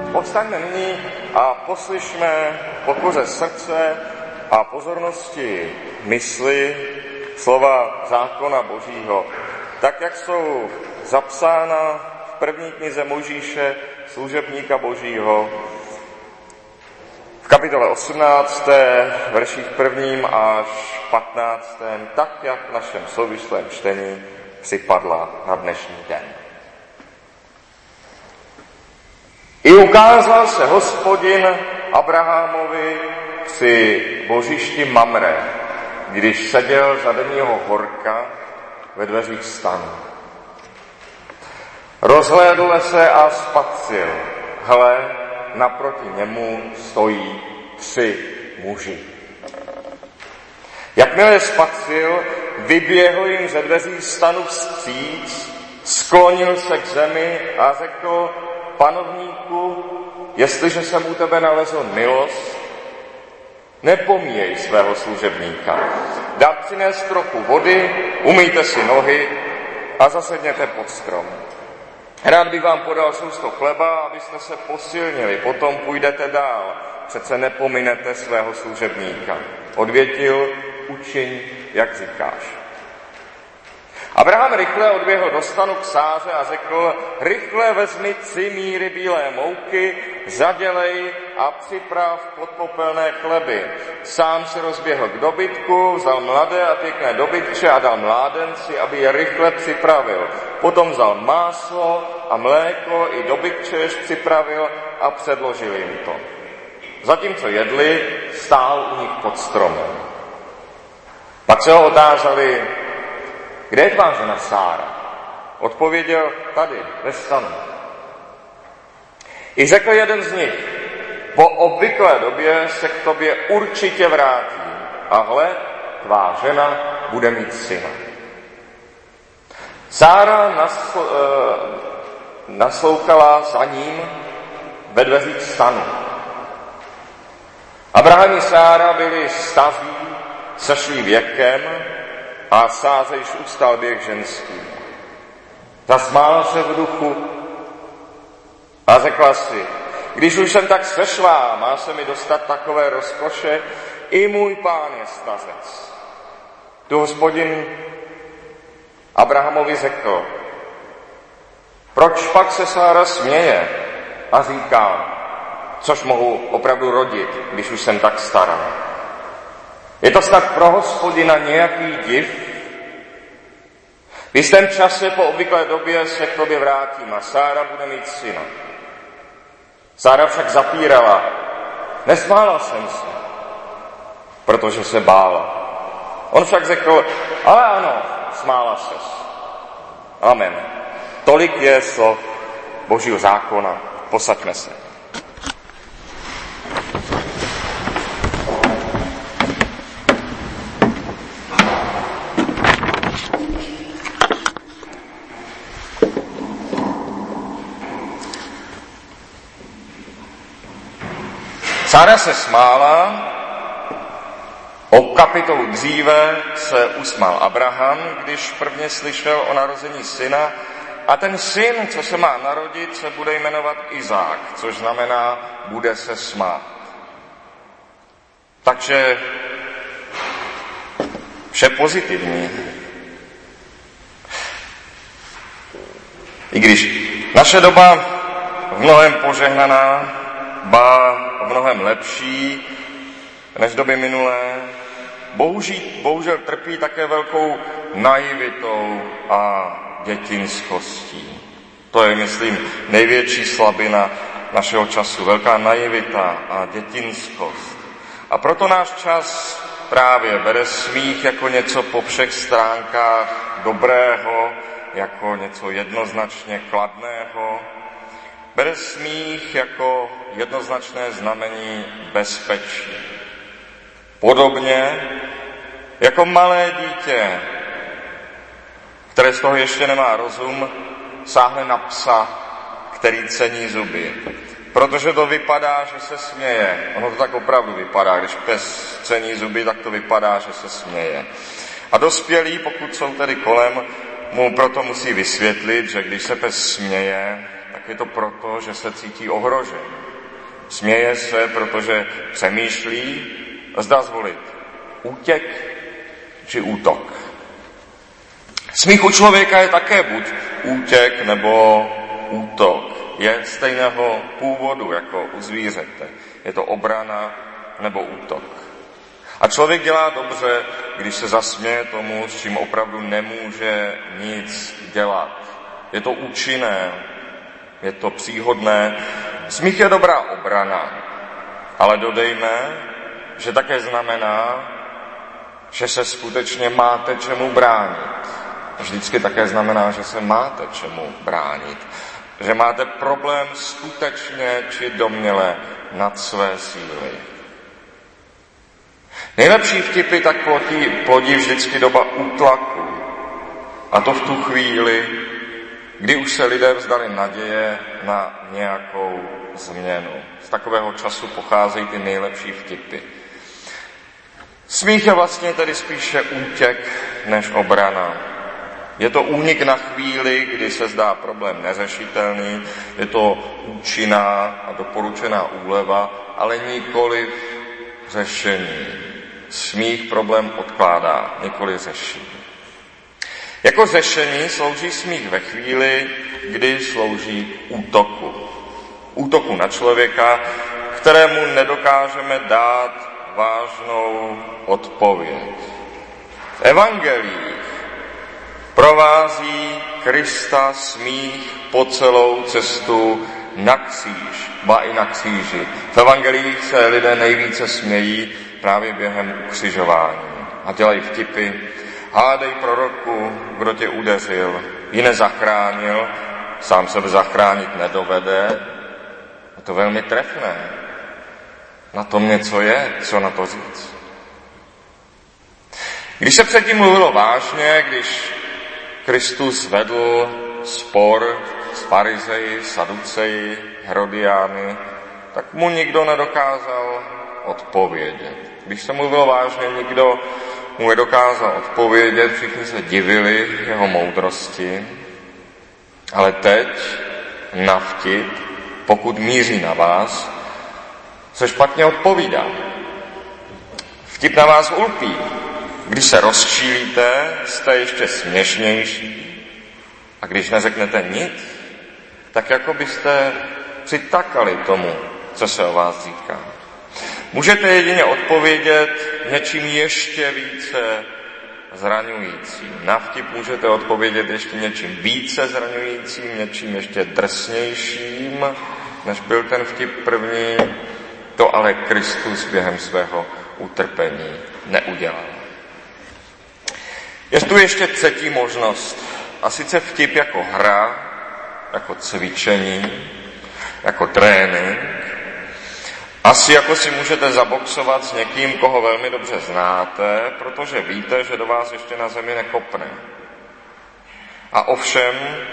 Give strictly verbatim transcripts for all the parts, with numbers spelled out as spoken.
Povstaňme nyní a poslyšme pokoře srdce a pozornosti mysli slova zákona Božího, tak jak jsou zapsána v první knize Mojžíše, služebníka Božího, v kapitole osmnácté, verších prvním až patnáctém, tak jak v našem souvislém čtení připadla na dnešní den. I ukázal se Hospodin Abrahamovi při božišti Mamre, když seděl za denního horka ve dveřích stanu. Rozhlédl se a spatřil. Hle, naproti němu stojí tři muži. Jakmile je spatřil, vyběhl jim ze dveří stanu vstříc, sklonil se k zemi a řekl: Panovníku, jestliže jsem u tebe nalezl milost, nepomíjej svého služebníka. Dám přinést trochu vody, umyjte si nohy a zasedněte pod strom. Rád bych vám podal sousto chleba, abyste se posilnili, potom půjdete dál. Přece nepominete svého služebníka. Odvětil: učiň, jak říkáš. Abraham rychle odběhl do stanu k Sáře a řekl: rychle vezmi tři míry bílé mouky, zadělej a připrav podpopelné chleby. Sám se rozběhl k dobytku, vzal mladé a pěkné dobytče a dal mládenci, aby je rychle připravil. Potom vzal máslo a mléko i dobytčež připravil a předložil jim to. Zatímco jedli, stál u nich pod stromem. Pak se ho otázali: kde je tvá žena Sára? Odpověděl: tady, ve stanu. I řekl jeden z nich: po obvyklé době se k tobě určitě vrátí a hle, tvá žena bude mít syna. Sára nasl, e, nasloukala za ním ve dveřích stanu. Abraham i Sára byli staří, sešli věkem a Sáře již ustal běh ženský. Zasmála se v duchu a řekla si: když už jsem tak sešlá, má se mi dostat takové rozkoše, i můj pán je stařec. Tu Hospodin Abrahamovi řekl: proč pak se Sára směje a říká: což mohu opravdu rodit, když už jsem tak stará? Je to snad pro Hospodina nějaký div? V jistém čase po obvyklé době se k tobě vrátím a Sára bude mít syna. Sára však zapírala: nesmála jsem se, protože se bála. On však řekl: ale ano, smála ses. Amen. Tolik je slov Božího zákona. Posaďme se. Sára se smála, o kapitolu dříve se usmál Abraham, když prvně slyšel o narození syna, a ten syn, co se má narodit, se bude jmenovat Izák, což znamená bude se smát. Takže vše pozitivní. I když naše doba v mnohem požehnaná, ba mnohem lepší než doby minulé, bohužel, bohužel trpí také velkou naivitou a dětinskostí. To je, myslím, největší slabina našeho času. Velká naivita a dětinskost. A proto náš čas právě bere smích jako něco po všech stránkách dobrého, jako něco jednoznačně kladného. Bere smích jako jednoznačné znamení bezpečí. Podobně jako malé dítě, které z toho ještě nemá rozum, sáhne na psa, který cení zuby. Protože to vypadá, že se směje. Ono to tak opravdu vypadá. Když pes cení zuby, tak to vypadá, že se směje. A dospělí, pokud jsou tedy kolem, mu proto musí vysvětlit, že když se pes směje, tak tak je to proto, že se cítí ohrožen. Směje se, protože přemýšlí, zda zvolit útěk či útok. Smích u člověka je také buď útěk nebo útok. Je stejného původu jako u zvířete. Je to obrana nebo útok. A člověk dělá dobře, když se zasměje tomu, s čím opravdu nemůže nic dělat. Je to účinné, je to příhodné. Smích je dobrá obrana, ale dodejme, že také znamená, že se skutečně máte čemu bránit. Vždycky také znamená, že se máte čemu bránit. Že máte problém skutečně či domněle nad své síly. Nejlepší vtipy tak plodí, plodí vždycky doba útlaku. A to v tu chvíli, kdy už se lidé vzdali naděje na nějakou změnu. Z takového času pocházejí ty nejlepší vtipy. Smích je vlastně tedy spíše útěk než obrana. Je to únik na chvíli, kdy se zdá problém neřešitelný, je to účinná a doporučená úleva, ale nikoli řešení. Smích problém odkládá, nikoli řeší. Jako řešení slouží smích ve chvíli, kdy slouží útoku. Útoku na člověka, kterému nedokážeme dát vážnou odpověď. V evangelích provází Krista smích po celou cestu na kříž, ba i na kříži. V evangelích se lidé nejvíce smějí právě během ukřižování a dělají vtipy. Hádej proroku, kdo tě udeřil, ji nezachránil, sám sebe zachránit nedovede. Je to velmi trefné. Na tom něco je, co na to říct. Když se předtím mluvilo vážně, když Kristus vedl spor s farizeji, saduceji, herodiány, tak mu nikdo nedokázal odpovědět. Když se mluvilo vážně, nikdo mu nedokázal odpovědět, všichni se divili jeho moudrosti, ale teď na vtip, pokud míří na vás, se špatně odpovídá. Vtip na vás ulpí. Když se rozčílíte, jste ještě směšnější. A když neřeknete nic, tak jako byste přitakali tomu, co se o vás říká. Můžete jedině odpovědět něčím ještě více zraňujícím. Na vtip můžete odpovědět ještě něčím více zraňujícím, něčím ještě drsnějším, než byl ten vtip první. To ale Kristus během svého utrpení neudělal. Je tu ještě třetí možnost, a sice vtip jako hra, jako cvičení, jako trénink. Asi jako si můžete zaboxovat s někým, koho velmi dobře znáte, protože víte, že do vás ještě na zemi nekopne. A ovšem,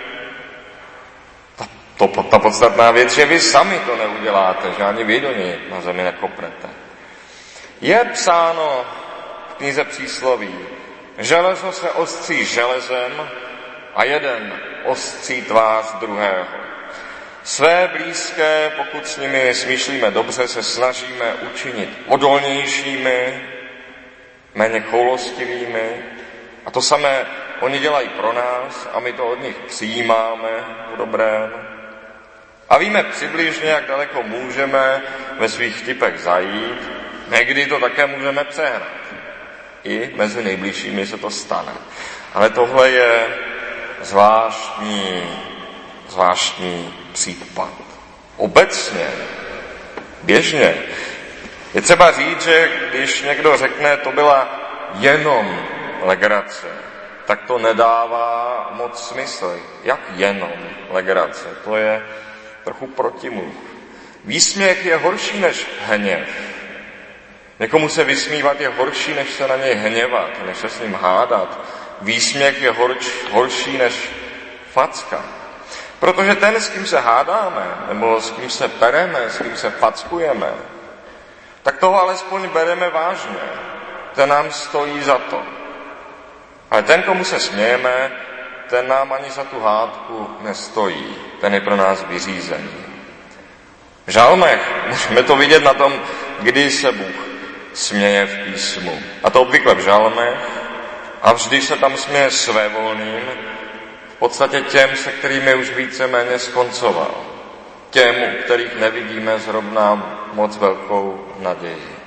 ta, to, ta podstatná věc, že vy sami to neuděláte, že ani vy do něj na zemi nekopnete. Je psáno v knize Přísloví, železo se ostří železem a jeden ostří tvář druhého. Své blízké, pokud s nimi smýšlíme dobře, se snažíme učinit odolnějšími, méně choulostivými. A to samé oni dělají pro nás a my to od nich přijímáme v dobrém. A víme přibližně, jak daleko můžeme ve svých vtipech zajít. Někdy to také můžeme přehnat. I mezi nejbližšími se to stane. Ale tohle je zvláštní, zvláštní případ. Obecně, běžně, je třeba říct, že když někdo řekne, to byla jenom legrace, tak to nedává moc smysl. Jak jenom legrace? To je trochu protimluv. Výsměch je horší než hněv. Někomu se vysmívat je horší, než se na něj hněvat, než se s ním hádat. Výsměch je horč, horší než facka. Protože ten, s kým se hádáme, nebo s kým se pereme, s kým se fackujeme, tak toho alespoň bereme vážně. Ten nám stojí za to. Ale ten, komu se smějeme, ten nám ani za tu hádku nestojí. ten je pro nás vyřízený. V žalmech můžeme to vidět na tom, kdy se Bůh směje v písmu. A to obvykle v žalmech a vždy se tam směje svévolným, v podstatě těm, se kterými už víceméně skoncoval. Těm, u kterých nevidíme zrovna moc velkou naději.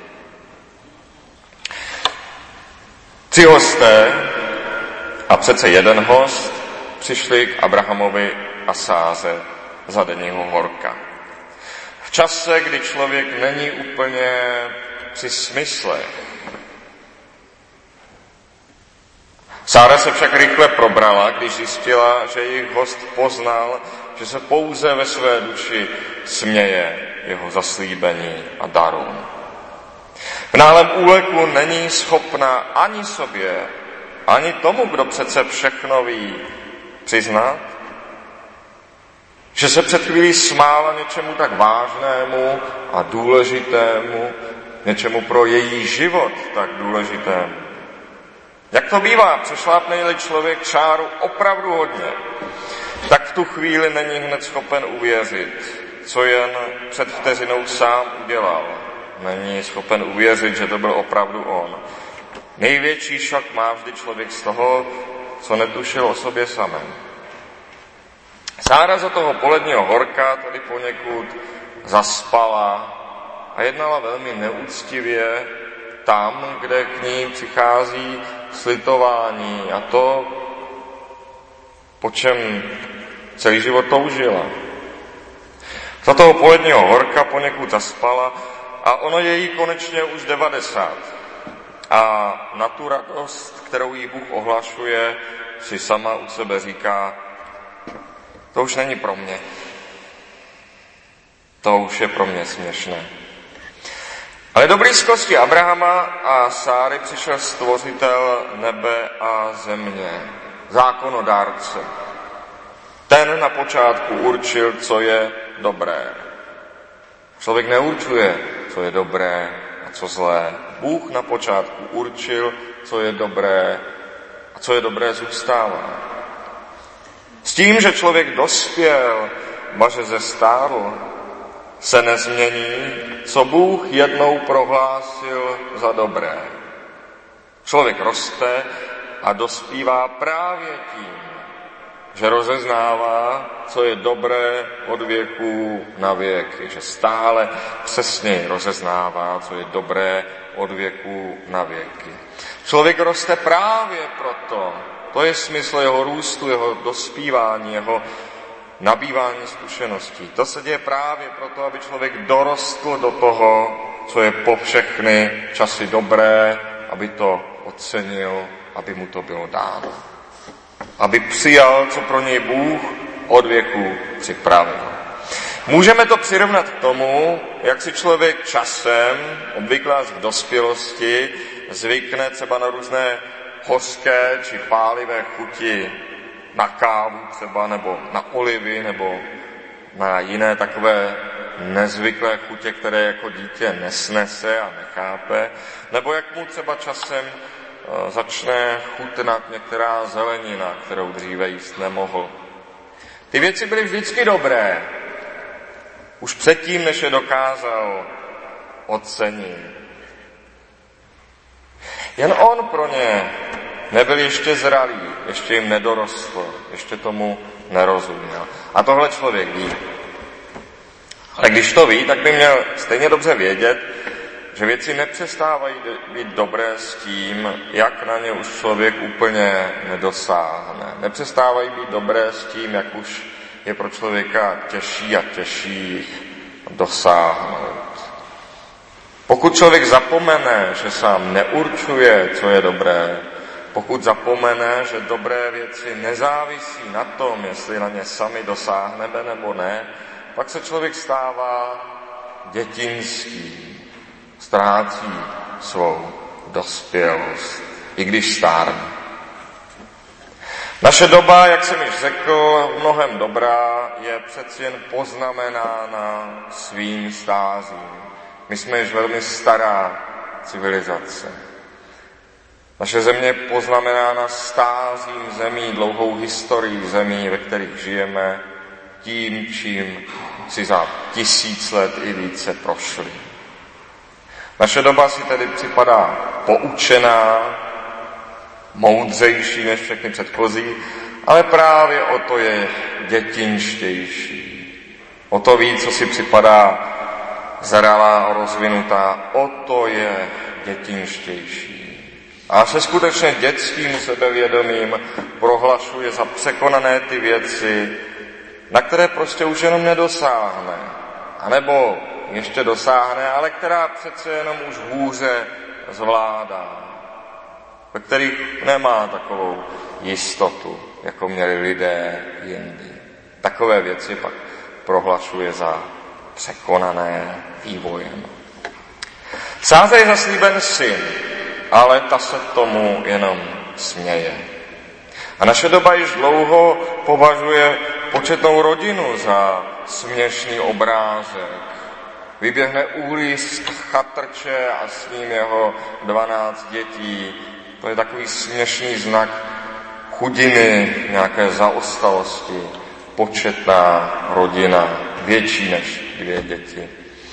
Tři hosté, a přece jeden host, přišli k Abrahamovi a Sáře za denního horka. V čase, kdy člověk není úplně při smyslech. Sára se však rychle probrala, když zjistila, že jejich host poznal, že se pouze ve své duši směje jeho zaslíbení a darům. V nálem úleku není schopna ani sobě, ani tomu, kdo přece všechno ví, přiznat, že se před chvílí smála něčemu tak vážnému a důležitému, něčemu pro její život tak důležitému. Jak to bývá, přešlápne-li člověk čáru opravdu hodně, tak v tu chvíli není hned schopen uvěřit, co jen před vteřinou sám udělal. Není schopen uvěřit, že to byl opravdu on. Největší šok má vždy člověk z toho, co netušil o sobě samém. Sára za toho poledního horka tady poněkud zaspala a jednala velmi neúctivě tam, kde k ní přichází slitování a to, po čem celý život toužila. Za toho poledního horka poněkud zaspala a ono je jí konečně už devadesát. A na tu radost, kterou jí Bůh ohlašuje, si sama u sebe říká, to už není pro mě. To už je pro mě směšné. Ale do blízkosti Abrahama a Sáry přišel stvořitel nebe a země, zákonodárce. Ten na počátku určil, co je dobré. Člověk neurčuje, co je dobré a co zlé. Bůh na počátku určil, co je dobré a co je dobré zůstává. S tím, že člověk dospěl, baže zestárl, se nezmění, co Bůh jednou prohlásil za dobré. Člověk roste a dospívá právě tím, že rozeznává, co je dobré od věku na věk, že stále přesněji rozeznává, co je dobré od věku na věky. Člověk roste právě proto, to je smysl jeho růstu, jeho dospívání, jeho nabývání zkušeností. To se děje právě proto, aby člověk dorostl do toho, co je po všechny časy dobré, aby to ocenil, aby mu to bylo dáno. Aby přijal, co pro něj Bůh od věku připravil. Můžeme to přirovnat k tomu, jak si člověk časem, obvykle až v dospělosti, zvykne třeba na různé hořké či pálivé chuti, na kávu třeba, nebo na olivy, nebo na jiné takové nezvyklé chutě, které jako dítě nesnese a nechápe, nebo jak mu třeba časem začne chutnat některá zelenina, kterou dříve jíst nemohl. Ty věci byly vždycky dobré, už předtím, než je dokázal ocenit. Jen on pro ně nebyl ještě zralý, ještě jim nedorostl, ještě tomu nerozuměl. A tohle člověk ví. Ale když to ví, tak by měl stejně dobře vědět, že věci nepřestávají být dobré s tím, jak na ně už člověk úplně nedosáhne. Nepřestávají být dobré s tím, jak už je pro člověka těžší a těžší dosáhnout. Pokud člověk zapomene, že sám neurčuje, co je dobré, pokud zapomene, že dobré věci nezávisí na tom, jestli na ně sami dosáhneme nebo ne, pak se člověk stává dětinským. Ztrácí svou dospělost, i když stárne. Naše doba, jak jsem již řekl, mnohem dobrá, je přeci jen poznamenána svým stázím. My jsme již velmi stará civilizace. Naše země je poznamenána stázím zemí, dlouhou historií zemí, ve kterých žijeme. tím, čím si za tisíc let i více prošli. Naše doba si tedy připadá poučená, moudřejší než všechny předchozí, ale právě o to je dětinštější. O to víc, co si připadá zralá a rozvinutá, o to je dětinštější. A se skutečně dětským sebevědomím prohlašuje za překonané ty věci, na které prostě už jenom nedosáhne. A nebo ještě dosáhne, ale která přece jenom už hůře zvládá. Ve kterých nemá takovou jistotu, jako měli lidé jindy. Takové věci pak prohlašuje za překonané vývojem. Sáze je zaslíben syn, ale ta se tomu jenom směje. A naše doba již dlouho považuje početnou rodinu za směšný obrázek. Vyběhne úlist chatrče a s ním jeho dvanáct dětí. To je takový směšný znak chudiny, nějaké zaostalosti. Početná rodina, větší než dvě děti.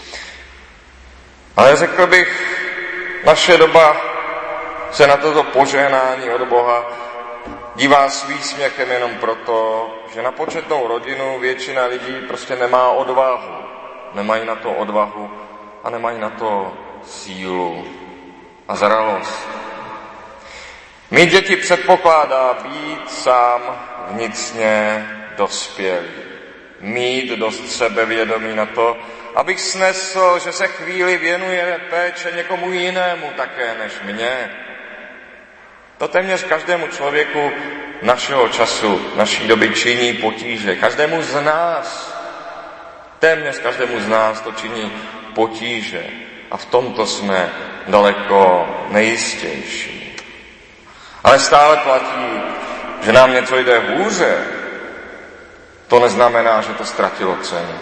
Ale řekl bych, naše doba se na toto požehnání od Boha dívá s výsměchem jenom proto, že na početnou rodinu většina lidí prostě nemá odvahu. Nemají na to odvahu a nemají na to sílu a zralost. Mít děti předpokládá být sám vnitřně dospělý. Mít dost sebevědomí na to, abych snesl, že se chvíli věnuje péče někomu jinému také než mně. To téměř každému člověku našeho času, naší doby činí potíže. Každému z nás, téměř každému z nás to činí potíže. A v tomto jsme daleko nejistější. Ale stále platí, že nám něco jde hůře. To neznamená, že to ztratilo cenu.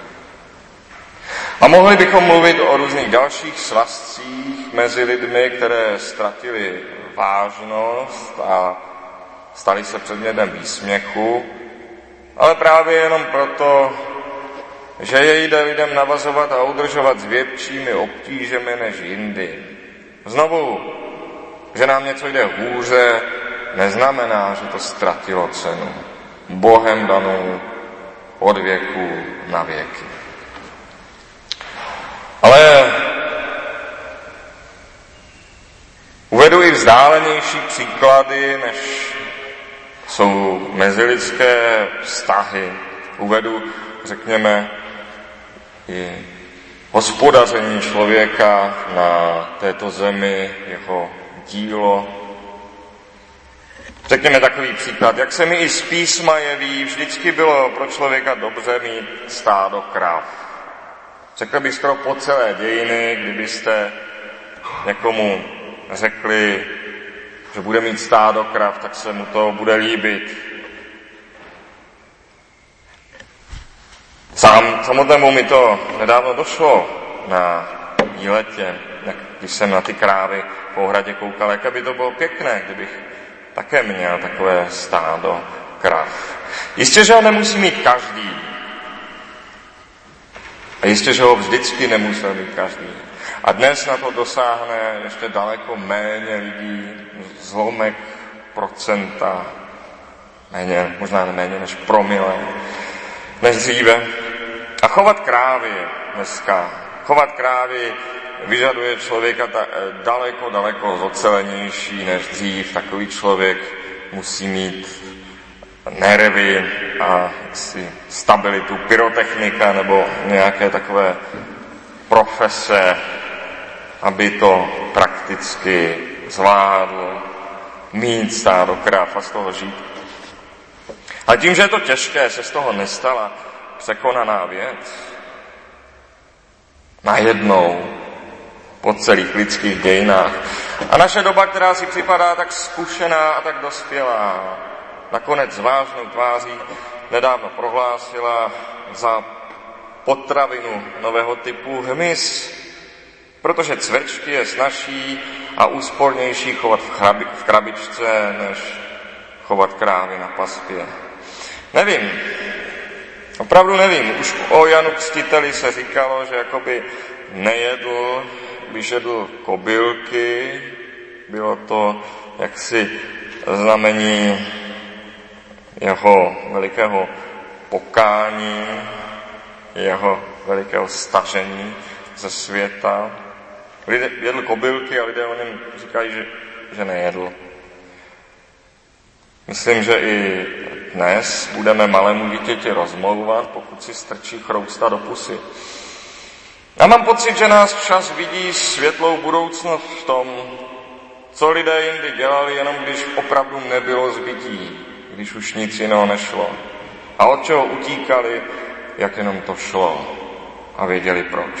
A mohli bychom mluvit o různých dalších svazcích mezi lidmi, které ztratili vážnost a stali se předmětem výsměchu, ale právě jenom proto, že je jde lidem navazovat a udržovat s většími obtížemi než jindy. Znovu, že nám něco jde hůře, neznamená, že to ztratilo cenu. Bohem danou od věku na věky. Ale uvedu i vzdálenější příklady, než jsou mezilidské vztahy. Uvedu, řekněme, i hospodaření člověka na této zemi, jeho dílo. Řekněme takový příklad, jak se mi i z písma jeví, vždycky bylo pro člověka dobře mít stádo krav. Řekl bych skoro po celé dějiny, kdybyste někomu řekli, že bude mít stádo krav, tak se mu to bude líbit. Sám samotnému mi to nedávno došlo na výletě, když jsem na ty krávy po ohradě koukal, jak by to bylo pěkné, kdybych také měl takové stádo krav. Jistě, že ho nemusí mít každý. A jistě, že ho vždycky nemusel mít každý. A dnes na to dosáhne ještě daleko méně lidí, zlomek procenta, méně, možná méně než promile, než dříve. A chovat krávy dneska, chovat krávy vyžaduje člověka ta, daleko, daleko zocelenější než dřív. Takový člověk musí mít nervy a jaksi stabilitu pyrotechnika nebo nějaké takové profese, aby to prakticky zvládl, mít stádo kráv a z toho žít. A tím, že je to těžké, se z toho nestala překonaná věc. Najednou po celých lidských dějinách. A naše doba, která si připadá tak zkušená a tak dospělá, nakonec s vážnou tváří nedávno prohlásila za potravinu nového typu hmyz, protože cvrčky je snazší a úspornější chovat v, chrabi, v krabičce, než chovat krávy na paspě. Nevím, Opravdu nevím, už o Janu Křtiteli se říkalo, že jakoby nejedl, když jedl kobylky, bylo to jaksi znamení jeho velikého pokání, jeho velikého stažení ze světa. Lidé, jedl kobylky a lidé o něm říkají, že, že nejedl. Myslím, že i dnes budeme malému dítěti rozmlouvat, pokud si strčí chrousta do pusy. Já mám pocit, že nás čas vidí světlou budoucnost v tom, co lidé jindy dělali, jenom když opravdu nebylo zbytí, když už nic jiného nešlo. A od čeho utíkali, jak jenom to šlo. A věděli proč.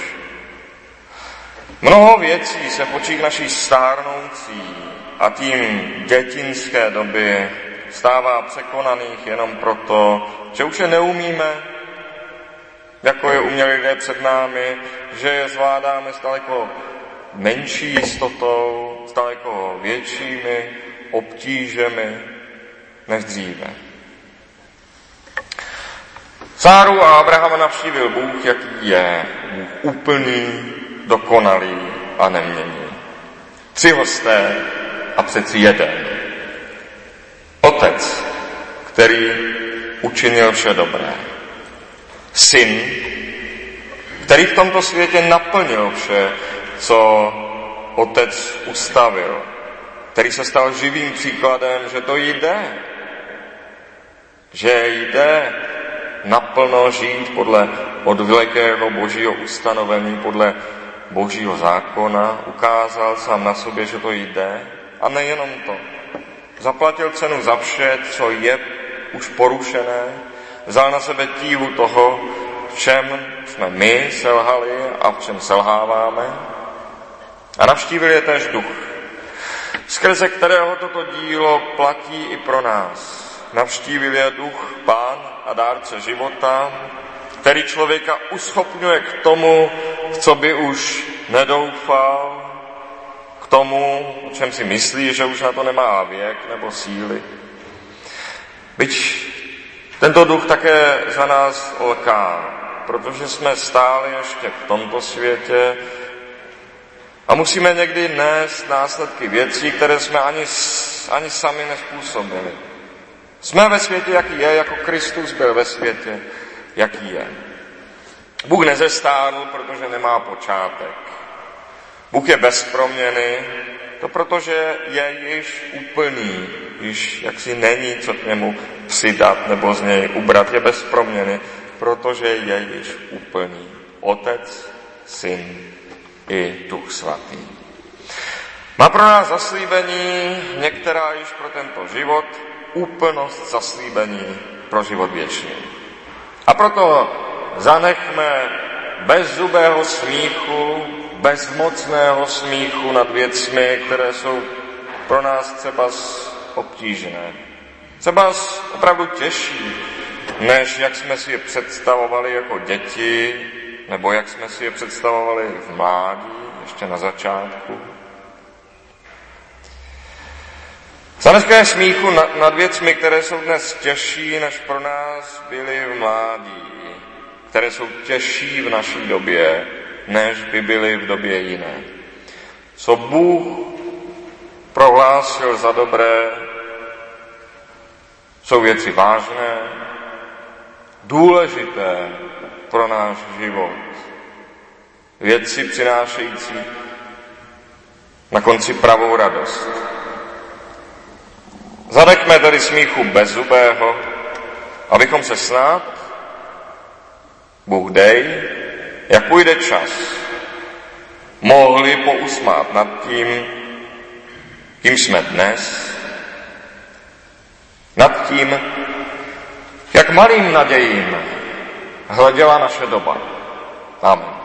Mnoho věcí se v očích naší stárnoucí a tím dětinské doby stává překonaných jenom proto, že už je neumíme, jako je uměli lidé před námi, že je zvládáme s daleko menší jistotou, s daleko většími obtížemi než dříve. Sáru a Abrahama navštívil Bůh, jaký je, Bůh úplný, dokonalý a neměnný. Tři hosté a přeci jeden. Otec, který učinil vše dobré. Syn, který v tomto světě naplnil vše, co otec ustavil. Který se stal živým příkladem, že to jde. Že jde naplno žít podle od velikého božího ustanovení, podle božího zákona. Ukázal sám na sobě, že to jde. A nejenom to. Zaplatil cenu za vše, co je už porušené. Vzal na sebe tíhu toho, v čem jsme my selhali a v čem selháváme. A navštívil je též duch, skrze kterého toto dílo platí i pro nás. Navštívil je duch, Pán a dárce života, který člověka uschopňuje k tomu, co by už nedoufal, k tomu, o čem si myslí, že už na to nemá věk nebo síly. Byť tento duch také za nás lká, protože jsme stáli ještě v tomto světě a musíme někdy nést následky věcí, které jsme ani, ani sami nezpůsobili. Jsme ve světě, jaký je, jako Kristus byl ve světě, jaký je. Bůh nezestárl, protože nemá počátek. Bůh je bez proměny, to protože je již úplný, již jaksi není co k němu přidat nebo z něj ubrat, je bez proměny, protože je již úplný. Otec, Syn i Duch Svatý. Má pro nás zaslíbení, některá již pro tento život, úplnost zaslíbení pro život věčný. A proto zanechme bezzubého smíchu, bezmocného smíchu nad věcmi, které jsou pro nás třeba obtížné. Třeba opravdu těžší, než jak jsme si je představovali jako děti, nebo jak jsme si je představovali v mládí, ještě na začátku. Zanechme smíchu nad, nad věcmi, které jsou dnes těžší, než pro nás byly v mládí, které jsou těžší v naší době, než by byly v době jiné. Co Bůh prohlásil za dobré, jsou věci vážné, důležité pro náš život. Věci přinášející na konci pravou radost. Zanechme tedy smíchu bezzubého, abychom se snad, Bůh dej, jak půjde čas, mohli pousmát nad tím, kým jsme dnes, nad tím, jak malým nadějím hleděla naše doba. Amen.